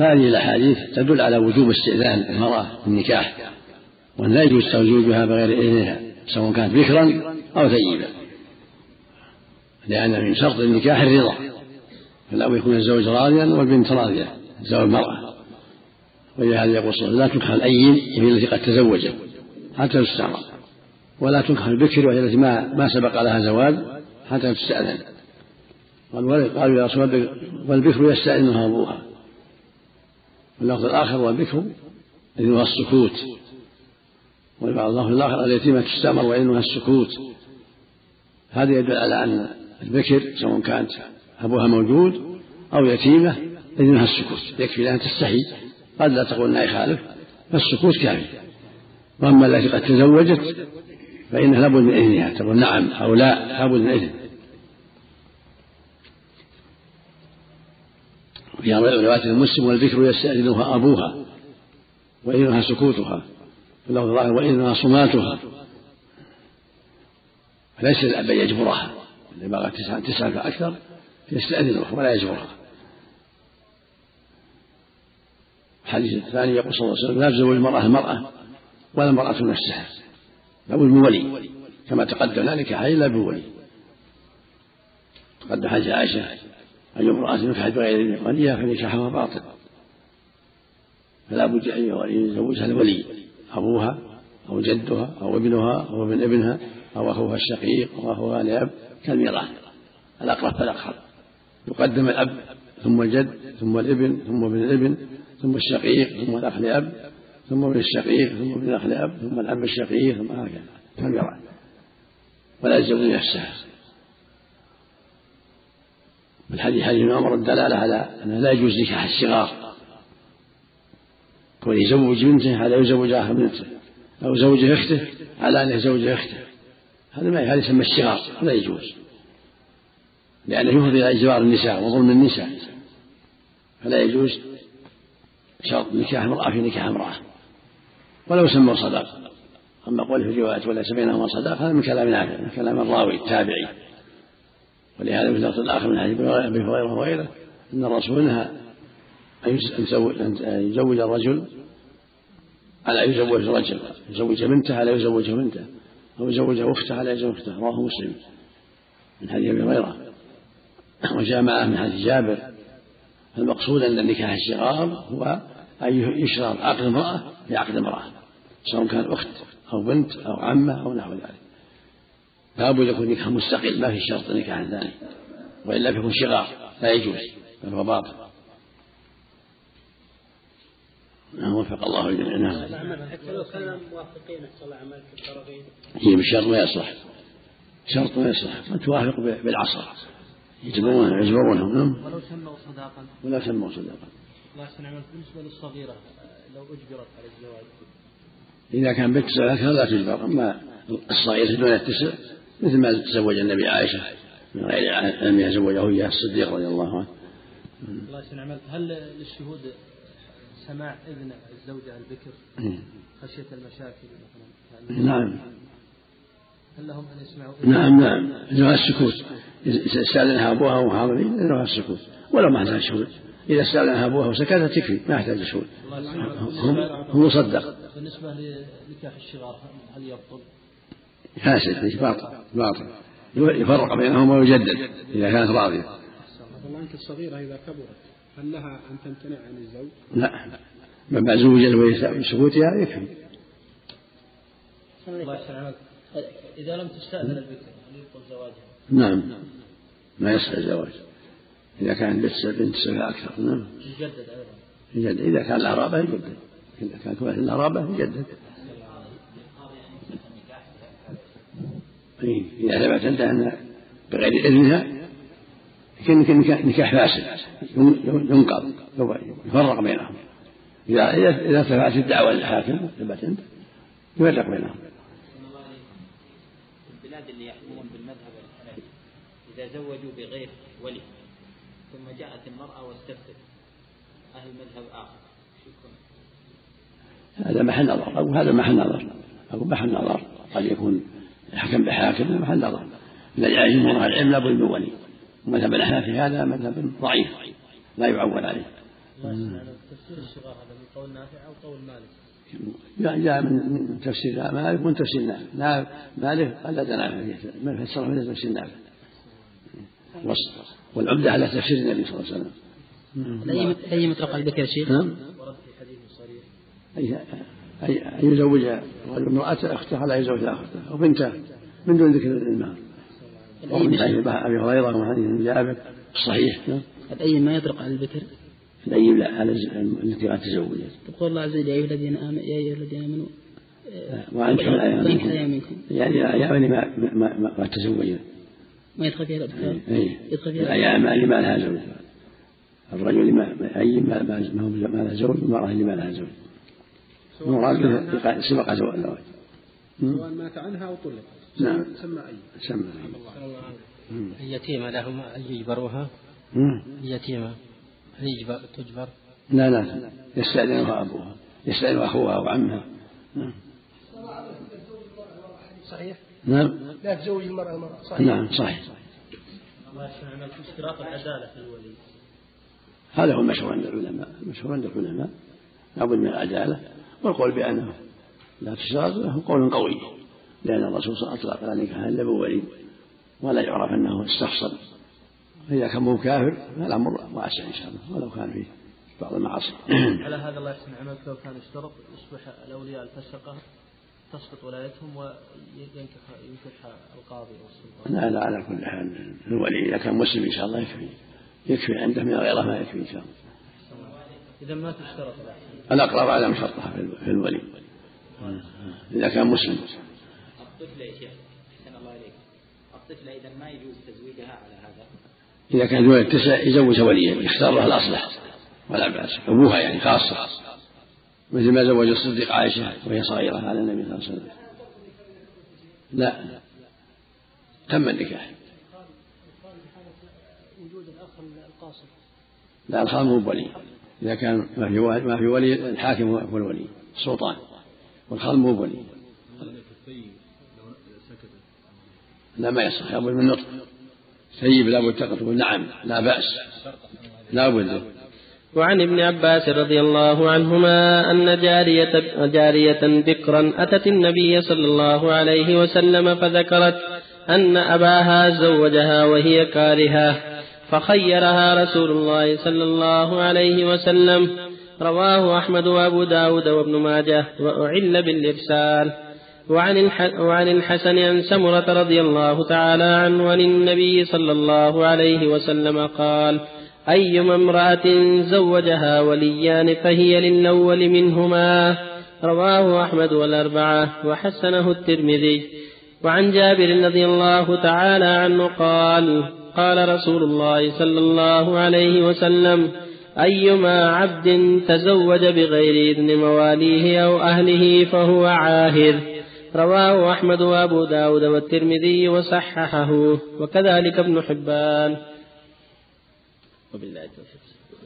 هذه الأحاديث تدل على وجوب استئذان المرأة في النكاح، وأن لا يجوز تزويجها بغير إذنها سواء كانت بكرا أو ثيبا، لأن من شرط النكاح الرضا، فلا يكون الزوج راضيا والبنت راضية زوج المرأة. ولهذا يقول صلى الله عليه وسلم: لا تنكح الأيم وهي التي قد تزوجت حتى تستعمر، ولا تنكح البكر وهي التي ما سبق لها زواج حتى تستأذن. قالوا يا رسول الله: والبكر يستأذنها أبوها. واللفظ الآخر: والبكر إذنها السكوت. واللفظ الآخر: اليتيمة تستأمر وإذنها السكوت. هذا يدل على أن البكر سواء كانت أبوها موجود أو يتيمة إذنها السكوت، يكفي لأن تستحي، قد لا تقول لا يخالف، فالسكوت كافي. وأما التي قد تزوجت فإنها لابد من إذنها، تقول نعم أو لا، لابد من إذن. في رواية المسلم: والبكر يستأذنها أبوها وإذنها سكوتها. في اللفظ الآخر: وإذنها صماتها. فليس الأب يجبرها، إذا بلغت 9 فأكثر يستأذنها ولا يجبرها. الحديث الثاني يقول صلى الله عليه وسلم: لا تزوج المرأة ولا المرأة نفسها، لابد من ولي، كما تقدم لا نكاح إلا بولي. تقدم حديث عائشة: أي امرأة نكحت بغير وليها فنكاحها باطل، فلا بد أن يزوجها الولي، أبوها أو جدها أو ابنها أو ابن ابنها أو أخوها الشقيق أو أخوها لأب، كالميراث الأقرب فالأقرب. يقدم الأب ثم الجد ثم الابن ثم ابن الابن ثم الشقيق ثم الأخ لأب ثم ابن الشقيق ثم ابن الأخ لأب ثم الأب الشقيق ثم هكذا كالميراث، ولا يزوج نفسها. الحديث حديث ابن عمر الدلالة على أنه لا يجوز نكاح الصغار، كون يزوج بنته على يزوج آخر بنته، أو زوج أخته على أن يزوج أخته، هذا يسمى الصغار، لا يجوز، لأنه يفضي إلى إجبار النساء وظلم النساء، فلا يجوز شرط نكاح امرأة في نكاح امرأة ولو سموا صداق. أما قوله في الروايات: وليس بينهما صداق، هذا من كلام نافع، من كلام الراوي التابعي. ولهذا في اللفظ الآخر من حديث أبي هريرة وغيره أن الرسول نهى أن يزوج الرجل على يزوج الرجل، يزوج بنته على يزوج بنته، أو يزوج أخته على يزوج أخته. رواه مسلم من حديث أبي هريرة. وجاء معه من حديث جابر. المقصود أن النكاح الصغار هو أن يشرط عقد امرأة بعقد امرأة، سواء كان أخت أو بنت أو عمة أو نحو ذلك. لابد يكون نكاح مستقل، ما في شرط نكاح ثاني، وإلا يكون شغار لا يجوز، بل هو باطل. وفق الله الجميع. حتى لو كان موافقين صلى عملك الطرفين هي بشرط ما يصلح، شرط ما يصلح، ما توافق بالعصر يجبرونهم. ولو سموا صداقا. لكن عمل بالنسبة للصغيرة لو أجبرت على الزواج، إذا كان بنت لكن لا تجبر. أما الصغيرة دون التسع مثل ما تزوج النبي عائشة من غير أن يزوجه إياه الصديق رضي الله عنه. الله يسلمك. هل للشهود سماع إذن الزوجة البكر خشية المشاكل مثلا؟ نعم. هل لهم أن يسمعوا؟ نعم إذنها السكوت. إذا استأذنها أبوها وحاضرين إذنها السكوت، ولو ما احتاج شهود. إذا استأذنها أبوها وسكتت تكفي، ما يحتاج شهود، هم مصدق. بالنسبة لنكاح الشغار هل يبطل؟ فاسد، باطل. يفرق بينهم ويجدد إذا كانت راضية. والله أنت الصغيرة إذا كبرت هل لها أن تمتنع عن الزوج؟ لا، من زوجت بسكوتها يكفي. إذا لم تستأذن البكر هل يبطل زواجها؟ نعم، ما يصح الزواج إذا كان بنت سنة أكثر. نعم، يجدد إذا كان الأرابة يجدد، إذا كان كل الأرابة يجدد. إذا ثبت أنها بغير إذنها يمكن نكاح فاسد ينقض، يفرق بينهم. إذا ثبت الدعوة للحاكم ثبت أنت يفرق بينهم. البلاد اللي يحكمون بالمذهب الحنفي إذا زوجوا بغير ولي ثم جاءت المرأة واستفتت أهل مذهب آخر يكون؟ هذا محل نظر، أو هذا محل نظر قد يكون الحكم بحاكم محل نظر. إذا جاء العلم لابد من ولي. ومذهب الأحناف هذا مذهب ضعيف لا يعول عليه. تفسير الصغار هذا من قول نافع أو قول مالك؟ جاء من تفسير مالك ومن تفسير نافع. مالك قلد نافع من فسره من تفسير نافع، والعمدة على تفسير النبي صلى الله عليه وسلم. أي مطلق البكر يا شيخ؟ نعم. ورد في حديث صريح أن يزوج امرأة أخته على يزوج أخته أو بنته من دون ذكر المهر. ومن حديث أبي هريرة ومن حديث جابر الصحيح. أي ما يطلق على البكر؟ الأيم لا، على التي قد تزوجت. تقول الله عز وجل يا أيها الذين آمنوا وأنكحوا الأيام منكم، يعني أيام ما قد تزوجت ما يدخل فيها الأبكار. يدخل فيها الأيام اللي ما لها زوج، الرجل ما لها زوج، والمرأة اللي ما لها زوج. المراد به سبق زواج سواء مات عنها أو طلقت. نعم. سمى اليتيمة لهم أن يجبروها. اليتيمة هل تجبر؟ لا يستأذنها أبوها، يستأذن أخوها وعمها. صحيح. نعم. لا تزوج المرأة صحيح. نعم صحيح. الله يسلمك في اشتراط العدالة في الولي. هذا هو المشهور عند العلماء لابد من العدالة، والقول بأنه لا تشترط له قول قوي، لأن الرسول صلى الله عليه وسلم أطلق لا نكاح إلا بولي، ولا يعرف أنه استفصل. فإذا كان مو كافر فالأمر واسع إن شاء الله، ولو كان فيه بعض المعاصي. على هذا الله يحسن عملك، لو كان يشترط يصبح الأولياء الفسقة تسقط ولايتهم وينكح القاضي والسلطان. لا على كل حال الولي إذا كان مسلم إن شاء الله يكفي عنده من غيره ما يكفي إن شاء الله. إذا ما تشترط الأقرب على شرطها في الولي إذا كان مسلم. الطفلة يا شيخ أحسن الله عليك، الطفلة إذا ما يجوز تزويجها على هذا؟ إذا كان دون 9 يزوج وليا يختار له الأصلح ولا بأس، أبوها يعني خاصة، مثل ما زوج الصديق عائشة وهي صغيرة على النبي صلى الله عليه وسلم. لا تم النكاح. وجود الأخ القاصر. لا الخال مو بولي، إذا كان ما في ولي الحاكم هو الولي السلطان، والخال مو بولي. لا ما يصح، لابد من نطق. سيب لابد تقول نعم لا بأس لابد. وعن ابن عباس رضي الله عنهما أن جارية بكرا أتت النبي صلى الله عليه وسلم فذكرت أن أباها زوجها وهي كارهة، فخيرها رسول الله صلى الله عليه وسلم. رواه أحمد وأبو داود وابن ماجه، وأعل بالإرسال. وعن الحسن عن سمرة رضي الله تعالى عنه عن النبي صلى الله عليه وسلم قال: أيما امرأة زوجها وليان فهي للأول منهما. رواه أحمد والأربعة وحسنه الترمذي. وعن جابر رضي الله تعالى عنه قال: قال رسول الله صلى الله عليه وسلم: أيما عبد تزوج بغير إذن مواليه أو أهله فهو عاهر. رواه أحمد وأبو داود والترمذي وصححه، وكذلك ابن حبان. وبالله التوفيق.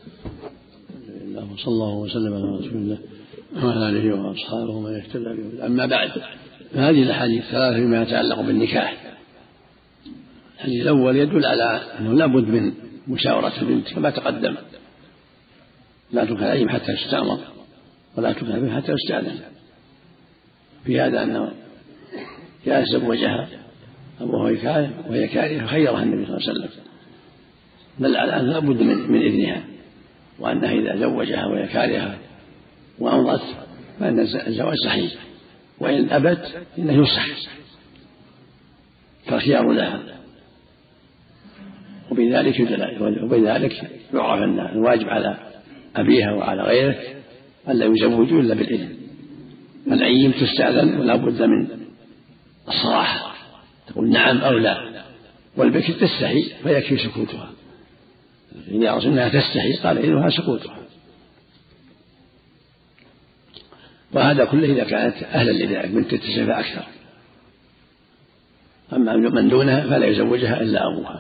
صلى الله وسلم على رسول الله وعلى آله وأصحابه ومن اهتدى به. أما بعد، هذه الأحاديث الثلاثة فيما يتعلق بالنكاح. الحديث الأول يدل على أنه لا بد من مشاورة البنت كما تقدم، لا تنكح عليهم حتى يستأمر ولا تنكح عليهم حتى يستأذن. في هذا أنه جاء زوجها أبوها وهي كارهة خيرها النبي صلى الله عليه وسلم، دل على أن لا بد من إذنها، وأنها إذا زوجها وهي كارهة وأمضت فإن الزواج صحيح، وإن أبت إنه يصح، فالخيار لها. وبذلك يعرف أن الواجب على أبيها وعلى غيره ألا يزوجوا إلا بالإذن. الأيم تستأذن ولا بد من الصراحة، تقول نعم أو لا، والبكر تستحي فيكفي سكوتها. إذا أرسل أنها تستحي قال إذنها سكوتها. وهذا كله إذا كانت أهلا لذلك من 9 فأكثر. أما من دونها فلا يزوجها إلا أبوها،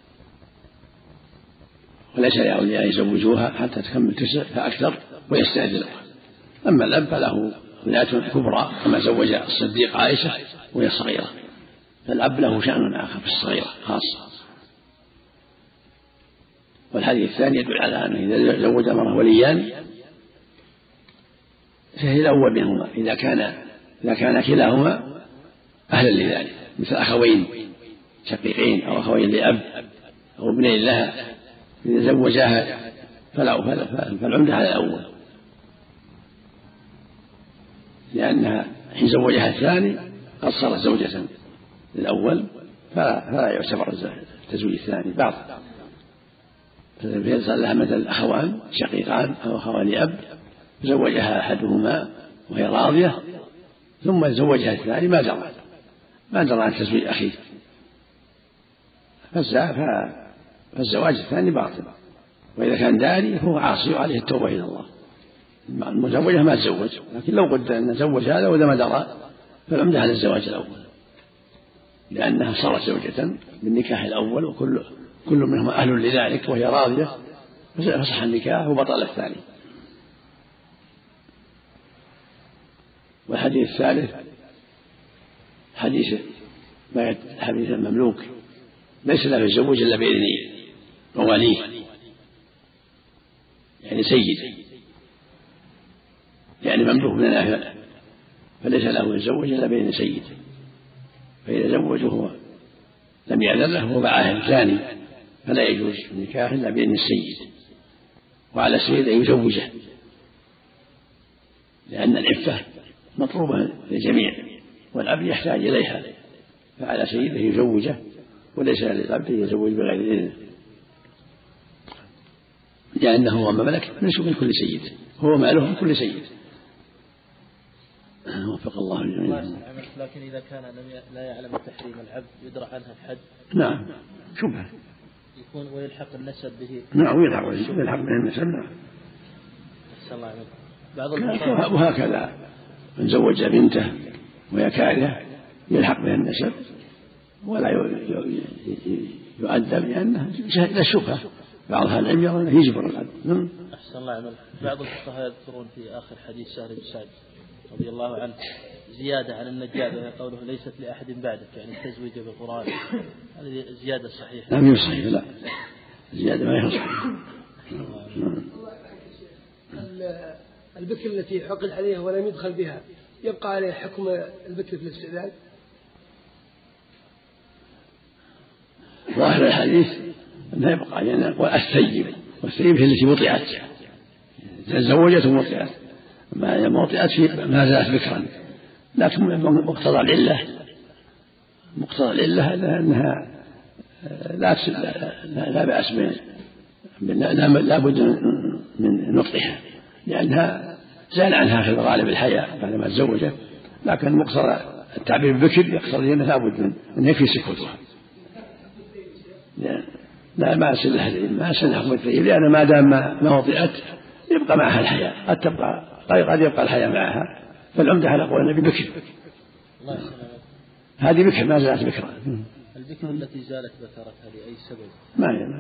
وليس لأولياء يزوجوها حتى تكمل 9 فأكثر ويستأذنها. أما الأب فله ولاية كبرى كما زوج الصديق عائشة وهي صغيرة، فالأب له شأن آخر في الصغيرة خاصة. والحديث الثاني يدل على أنه إذا زوج المرأة وليان فهي الأول منهما إذا كان كلاهما أهلا لذلك، مثل أخوين شقيقين أو أخوين لأب أو ابنين لها، إذا زوجاها فالعمدة على الأول، لأنها حين زوجها الثاني قد صارت زوجة للأول فلا يعتبر التزويج الثاني بعض. فإذا صار لها مثل أخوان شقيقان أو أخوان لأب زوجها أحدهما وهي راضية ثم زوجها الثاني ما درى عن تزويج أخيه، فالزواج الثاني باطل، وإذا كان داري فهو عاصي وعليه التوبة إلى الله. المزوجة ما تزوج، لكن لو قلت أن زوج هذا وإذا ما درى فالعمدة على الزواج الأول، لأنها صارت زوجة بالنكاح الأول وكل منهما أهل لذلك وهي راضية، فصح النكاح وبطل الثاني. والحديث الثالث حديث المملوك ليس له الزوج إلا بإذن مواليه، يعني سيد، يعني مملوك من الأهل، فليس له الزوج إلا بإذن سيد، فإذا زوجه لم يأذن له وباع الثاني فلا يجوز النكاح إلا بإذن السيد، وعلى السيد أن يزوجه، لأن العفة مطلوبة للجميع والعبد يحتاج إليها، فعلى سيده يزوجه وليس للعبد يزوج بغير إذنه، لأنه هو مملك من كل سيد، هو ماله من كل سيد. وفق الله الجميع. لكن إذا كان لا يعلم تحريم العبد يدرى عنها الحد. نعم شبهة يكون ويلحق النسب به. نعم يلحق به النسب. نعم. وهكذا من زوج بنته وهي كارهة يلحق بها النسب ولا يؤدب لأنه لا شبهة. بعض أهل العلم يرى أنه يجبر العبد. أحسن الله عمله. بعض الفقهاء يذكرون في آخر حديث سهل بن سعد رضي الله عنه زيادة على النجابة قوله ليست لأحد بعدك، يعني التزويج بالقرآن، هذه زيادة صحيحة؟ لم يصح، لا زيادة ما يصح. البكر التي حقد عليها ولم يدخل بها يبقى عليه حكم البكر في الاستعداد؟ ظاهر الحديث أنه يبقى يعني والثيب هي التي وطئت، تزوجت ووطئت، ما وطئت ما زالت بكرا، لكن مقتضى العلة أنها لا بأس لا بد من نطقها، لأنها زال عنها في الغالب الحياة بعدما تزوجت، لكن مقتضى التعبير بالبكر يقتضي أنه لا بد أن يكفي سكوتها. لا ما أسل حكم الثيب، لأن ما دام ما وطئت يبقى معها الحياة، قد يبقى الحياة معها، فالعمدة على قول النبي بكر. هذه بكر ما زالت بكرا. البكر التي زالت بكرتها لأي سبب؟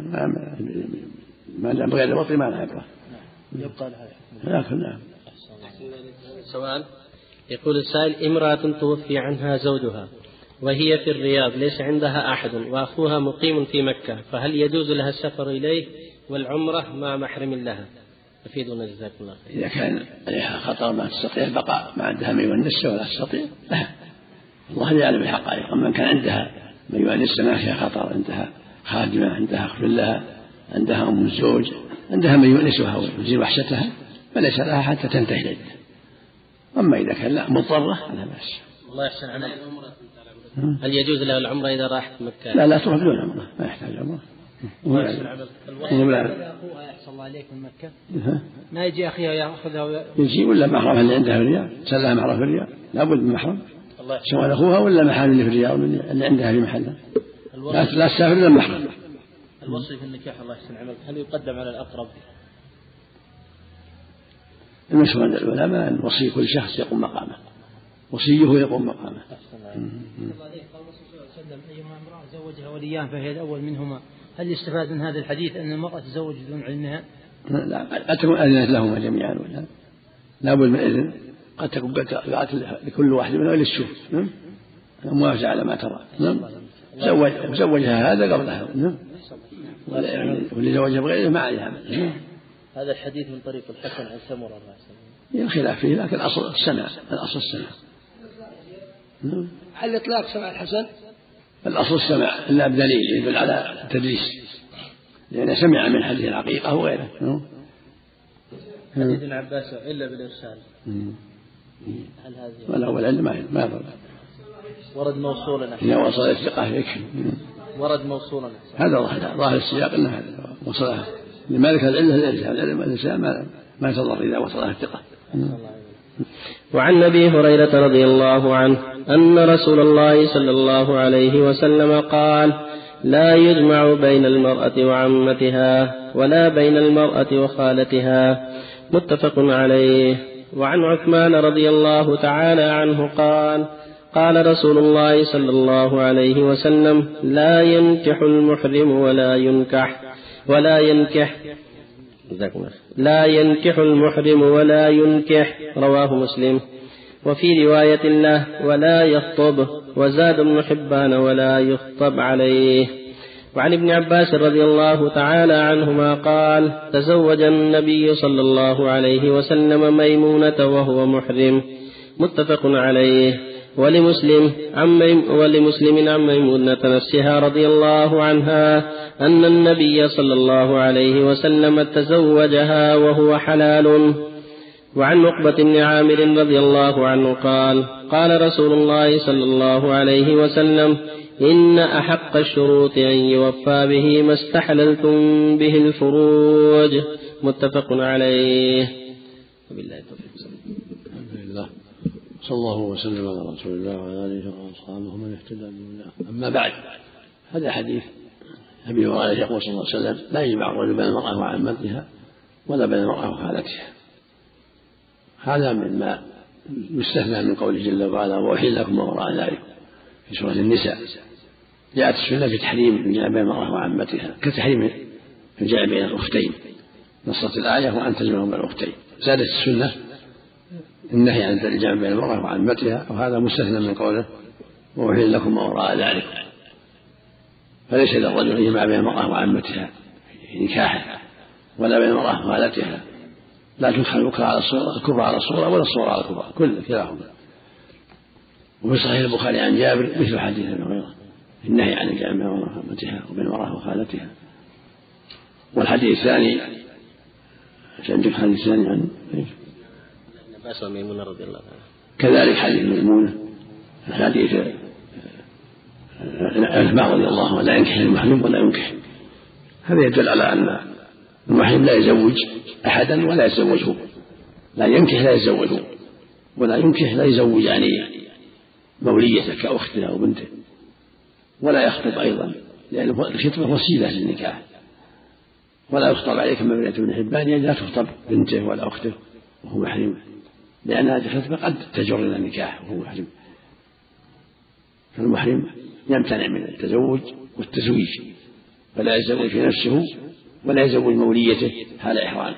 ما دام بغير وطي ما لها عبرة. يبقى لها حكم. نعم. سؤال يقول السائل: امرأة توفي عنها زوجها وهي في الرياض ليس عندها أحد وأخوها مقيم في مكة، فهل يجوز لها السفر إليه والعمرة مع محرم لها؟ أفيدنا جزاكم الله خير. إذا كان عليها خطر ما تستطيع البقاء، ما عندها من يونسها ولا تستطيع لها، الله يعلم الحقائق. أما كان عندها من يونسها ما فيها خطر، عندها خادمة، عندها أخت لها، عندها أم الزوج، عندها من يونسها ويزيل وحشتها، فليس لها حتى تنتهي العدة. أما إذا كان لا مضطرة فلا بأس. الله يحسن عمل. هل يجوز لها العمرة إذا راحت مكة؟ لا تروح بدون عمرة، ما يحتاج عمرة. أخوها يحصل الله عليك من مكة ما يجي أخيها يأخذها يجي ولا محرم اللي عندها في الرياض، سلها محرم في الرياض، لابد من محرم سواء أخوها ولا محل اللي في الرياض اللي عندها في محلها، لا تسافر إلا محرم. الوصي في النكاح الله يحسن عملك هل يقدم على الأقرب؟ المشهور عند العلماء أن وصي كل شخص يقوم مقامه، وصيه يقوم مقامه. أيما امرأة زوجها وليان فهي الأول منهما، هل يستفاد من هذا الحديث أن المرأة تزوج بدون علمها؟ لا تكون أذنت لهما جميعا، ولا لا بد من إذن، قد تكون لكل واحد منهم للشوف موافقة على ما ترى. زوجها هذا قبلها. واللي زوجها بغيره ما عليه عمل. هذا الحديث من طريق الحسن عن سمرة الخلاف فيه، لكن الأصل السمع. هل إطلاق سمع الحسن؟ الأصل السمع إلا بدليل يدل على التدليس، لأن سمع من حديث العقيقة وغيره. حديث ابن عباس إلا بالإرسال. هل هذه والأول علم ما يضر. ورد موصولا إذا وصل الثقة يكفي. ورد موصولا. هذا ظاهر السياق أنه هذا وصلها لما ذكر العلة الإنسان ما تضر إذا وصلها الثقة. وعن أبي هريرة رضي الله عنه أن رسول الله صلى الله عليه وسلم قال: لا يجمع بين المرأة وعمتها ولا بين المرأة وخالتها، متفق عليه. وعن عثمان رضي الله تعالى عنه قال: قال رسول الله صلى الله عليه وسلم: لا ينكح المحرم ولا ينكح، رواه مسلم. وفي رواية له: ولا يخطب. وزاد ابن حبان: ولا يخطب عليه. وعن ابن عباس رضي الله تعالى عنهما قال: تزوج النبي صلى الله عليه وسلم ميمونة وهو محرم، متفق عليه. ولمسلم عن ميمونة نفسها رضي الله عنها أن النبي صلى الله عليه وسلم تزوجها وهو حلال. وعن عقبة بن عامر رضي الله عنه قال: قال رسول الله صلى الله عليه وسلم: إن أحق الشروط أن يوفى به ما استحللتم به الفروج، متفق عليه. وبالله التوفيق. الحمد لله، صلى الله وسلم على رسول الله وعلى آله وأصحابه ومن اهتدى بهداه. أما بعد، هذا حديث أبي هريرة يقول صلى الله عليه وسلم: لا يجمع الرجل بين المرأة وعمتها ولا بين المرأة وخالتها. هذا مما يستثنى من قوله جل وعلا: وأحل لكم ما وراء ذلك في سورة النساء. جاءت السنة في تحريم الجمع بين المرأة وعمتها كتحريم الجمع بين الأختين، نصت الآية: وأن تجمعوا بين الأختين. زادت السنة النهي عن الجمع بين المرأة وعمتها، وهذا مستثنى من قوله: وأحل لكم ما وراء ذلك. فليس للرجل أن يجمع بين المرأة وعمتها في نكاحها، ولا بين المرأة وخالتها، لا تنكح الكبرى على الصغرى ولا الصغرى على الكبرى، كل كلاهما. وفي صحيح البخاري عن جابر مثل حديث ابي هريرة في النهي عن الجمع بين المرأة وعمتها وبين المرأة وخالتها. والحديث الثاني عندك الحديث الثاني عن عباس وميمونة رضي الله عنها، كذلك حديث ميمونة، الحديث عثمان رضي الله عنه: لا ينكح المحرم ولا ينكح. هذا يدل على أن المحرم لا يزوج أحدا ولا يتزوجه، لا ينكح لا يتزوجه، ولا ينكح لا يزوج يعني موليته كأخته أو بنته، ولا يخطب أيضا، لأن الخطبة وسيلة للنكاح. ولا يخطب عليه كما روى ابن حبان: يعني لا تخطب بنته ولا أخته وهو محرم، لأن هذه الخطبة قد تجر إلى النكاح وهو محرم. فالمحرم يمتنع من التزوج والتزويج، فلا يتزوج في نفسه ولا يزوج موليته حال إحرامه.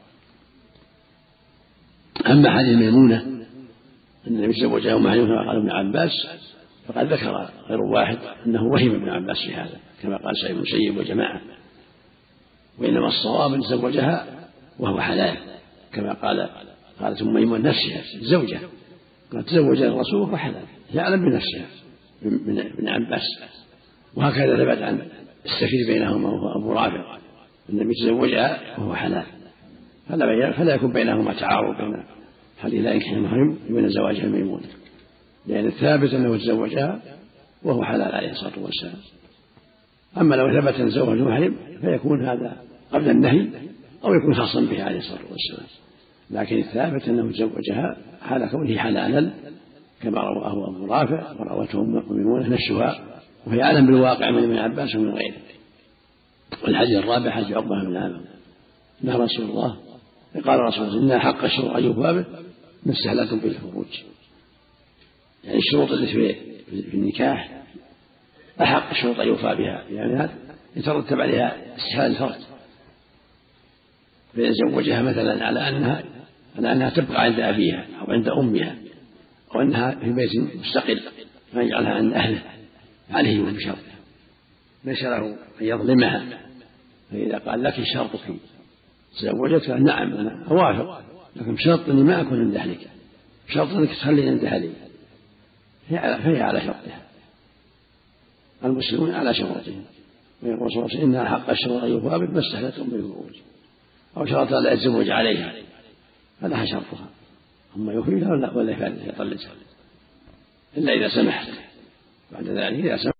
أما حديث ميمونة أن النبي تزوجها محرم كما قال ابن عباس، فقد ذكر غير واحد أنه وهم ابن عباس في هذا، كما قال سعيد بن المسيب وجماعة، وإنما الصواب أن تزوجها وهو حلال، كما قالت أم ميمونة نفسها زوجة قد تزوجها الرسول وهو حلال، يعلم بنفسها من عباس. وهكذا ثبت عن السفير بينهما وهو أبو رافع، النبي تزوجها وهو حلال، فلا يكون بينهما تعارض بين حديث لا ينكح المحرم وبين زواجها ميمونة، لأن الثابت أنه تزوجها وهو حلال عليه الصلاة والسلام. أما لو ثبت أن زوج المحرم فيكون هذا قبل النهي أو يكون خاصا به عليه الصلاة والسلام، لكن الثابت أنه تزوجها حال كونه حلالا، كما رواه أبو رافع وروته أم ميمونة نفسها، وهي أعلم بالواقع من ابن عباس ومن غيره. والحديث الرابع حديث عقبة بن عامر: نهى رسول الله، قال رسول الله: إن حق الشروط أن يوفى به ما استحللتم به الفروج. يعني الشروط التي في النكاح أحق الشروط أن يوفى بها، يعني يترتب عليها استحلال الفرج. فإن زوجها مثلا على أنها تبقى عند أبيها أو عند أمها أو أنها في بيت مستقل، فيجعلها عند أهله، عليه بشرط ليس له أن يظلمها فإذا قال لك شرطك تزوجتك نعم أنا أوافق، لكن بشرط أني ما أكون عند أهلك، بشرط أنك تخلي عند أهلي، فهي على شرطها. المسلمون على شروطهم، ويقول صلى الله عليه وسلم إنها حق الشروط أن يوفى ما استحلتهم بالفروج، أو شرط لا يتزوج عليها، هذا شرطها، أما يوفيها ولا يطلقها إلا إذا سمحت. بعد ذلك إذا سمحت